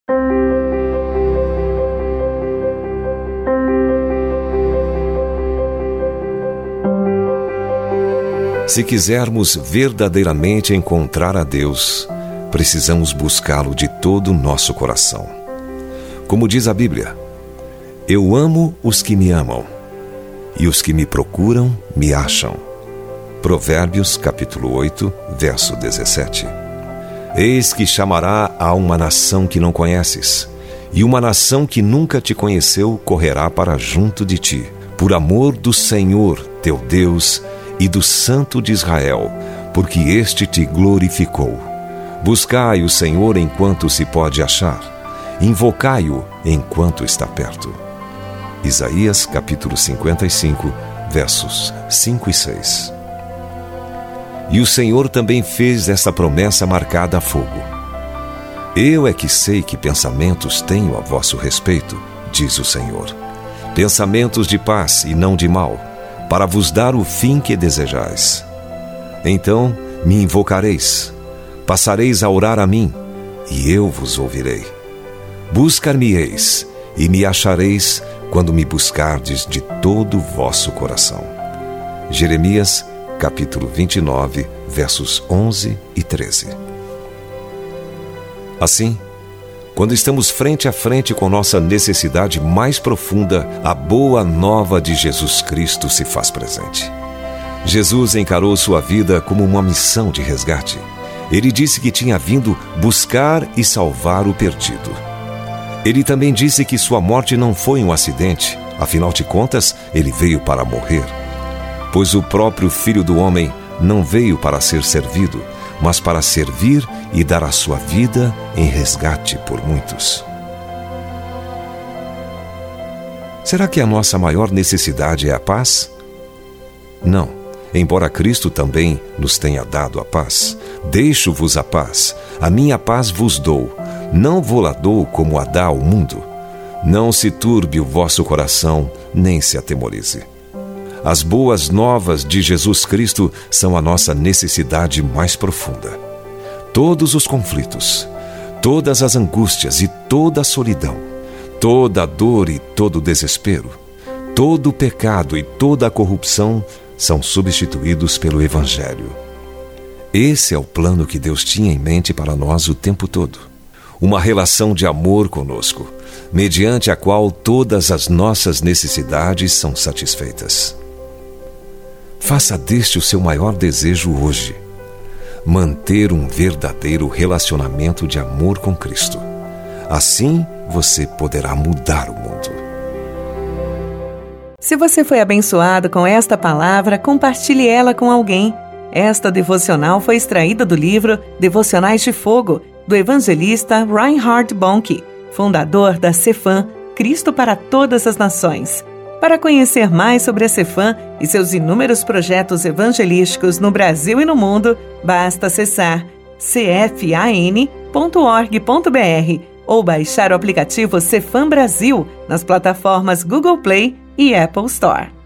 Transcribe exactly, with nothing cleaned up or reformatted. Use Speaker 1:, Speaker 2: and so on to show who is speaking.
Speaker 1: Se quisermos verdadeiramente encontrar a Deus, precisamos buscá-lo de todo o nosso coração. Como diz a Bíblia, eu amo os que me amam, e os que me procuram me acham. Provérbios capítulo oito, verso dezessete. Eis que chamará a uma nação que não conheces, e uma nação que nunca te conheceu correrá para junto de ti, por amor do Senhor teu Deus e do Santo de Israel, porque este te glorificou. Buscai o Senhor enquanto se pode achar, invocai-o enquanto está perto. Isaías capítulo cinquenta e cinco, versos cinco e seis. E o Senhor também fez essa promessa marcada a fogo. Eu é que sei que pensamentos tenho a vosso respeito, diz o Senhor. Pensamentos de paz e não de mal, para vos dar o fim que desejais. Então me invocareis, passareis a orar a mim, e eu vos ouvirei. Buscar-me-eis, e me achareis, quando me buscardes de todo o vosso coração. Jeremias, capítulo vinte e nove, versos onze e treze. Assim, quando estamos frente a frente com nossa necessidade mais profunda, a boa nova de Jesus Cristo se faz presente. Jesus encarou sua vida como uma missão de resgate. Ele disse que tinha vindo buscar e salvar o perdido. Ele também disse que sua morte não foi um acidente, afinal de contas, ele veio para morrer. Pois o próprio Filho do Homem não veio para ser servido, mas para servir e dar a sua vida em resgate por muitos. Será que a nossa maior necessidade é a paz? Não, embora Cristo também nos tenha dado a paz. Deixo-vos a paz, a minha paz vos dou, não vou-la dou como a dá o mundo. Não se turbe o vosso coração, nem se atemorize. As boas novas de Jesus Cristo são a nossa necessidade mais profunda. Todos os conflitos, todas as angústias e toda a solidão, toda a dor e todo o desespero, todo o pecado e toda a corrupção são substituídos pelo Evangelho. Esse é o plano que Deus tinha em mente para nós o tempo todo. Uma relação de amor conosco, mediante a qual todas as nossas necessidades são satisfeitas. Faça deste o seu maior desejo hoje, manter um verdadeiro relacionamento de amor com Cristo. Assim, você poderá mudar o mundo.
Speaker 2: Se você foi abençoado com esta palavra, compartilhe ela com alguém. Esta devocional foi extraída do livro Devocionais de Fogo, do evangelista Reinhard Bonnke, fundador da Cefam, Cristo para Todas as Nações. Para conhecer mais sobre a Cefam e seus inúmeros projetos evangelísticos no Brasil e no mundo, basta acessar c f a n ponto org ponto b r ou baixar o aplicativo Cefam Brasil nas plataformas Google Play e Apple Store.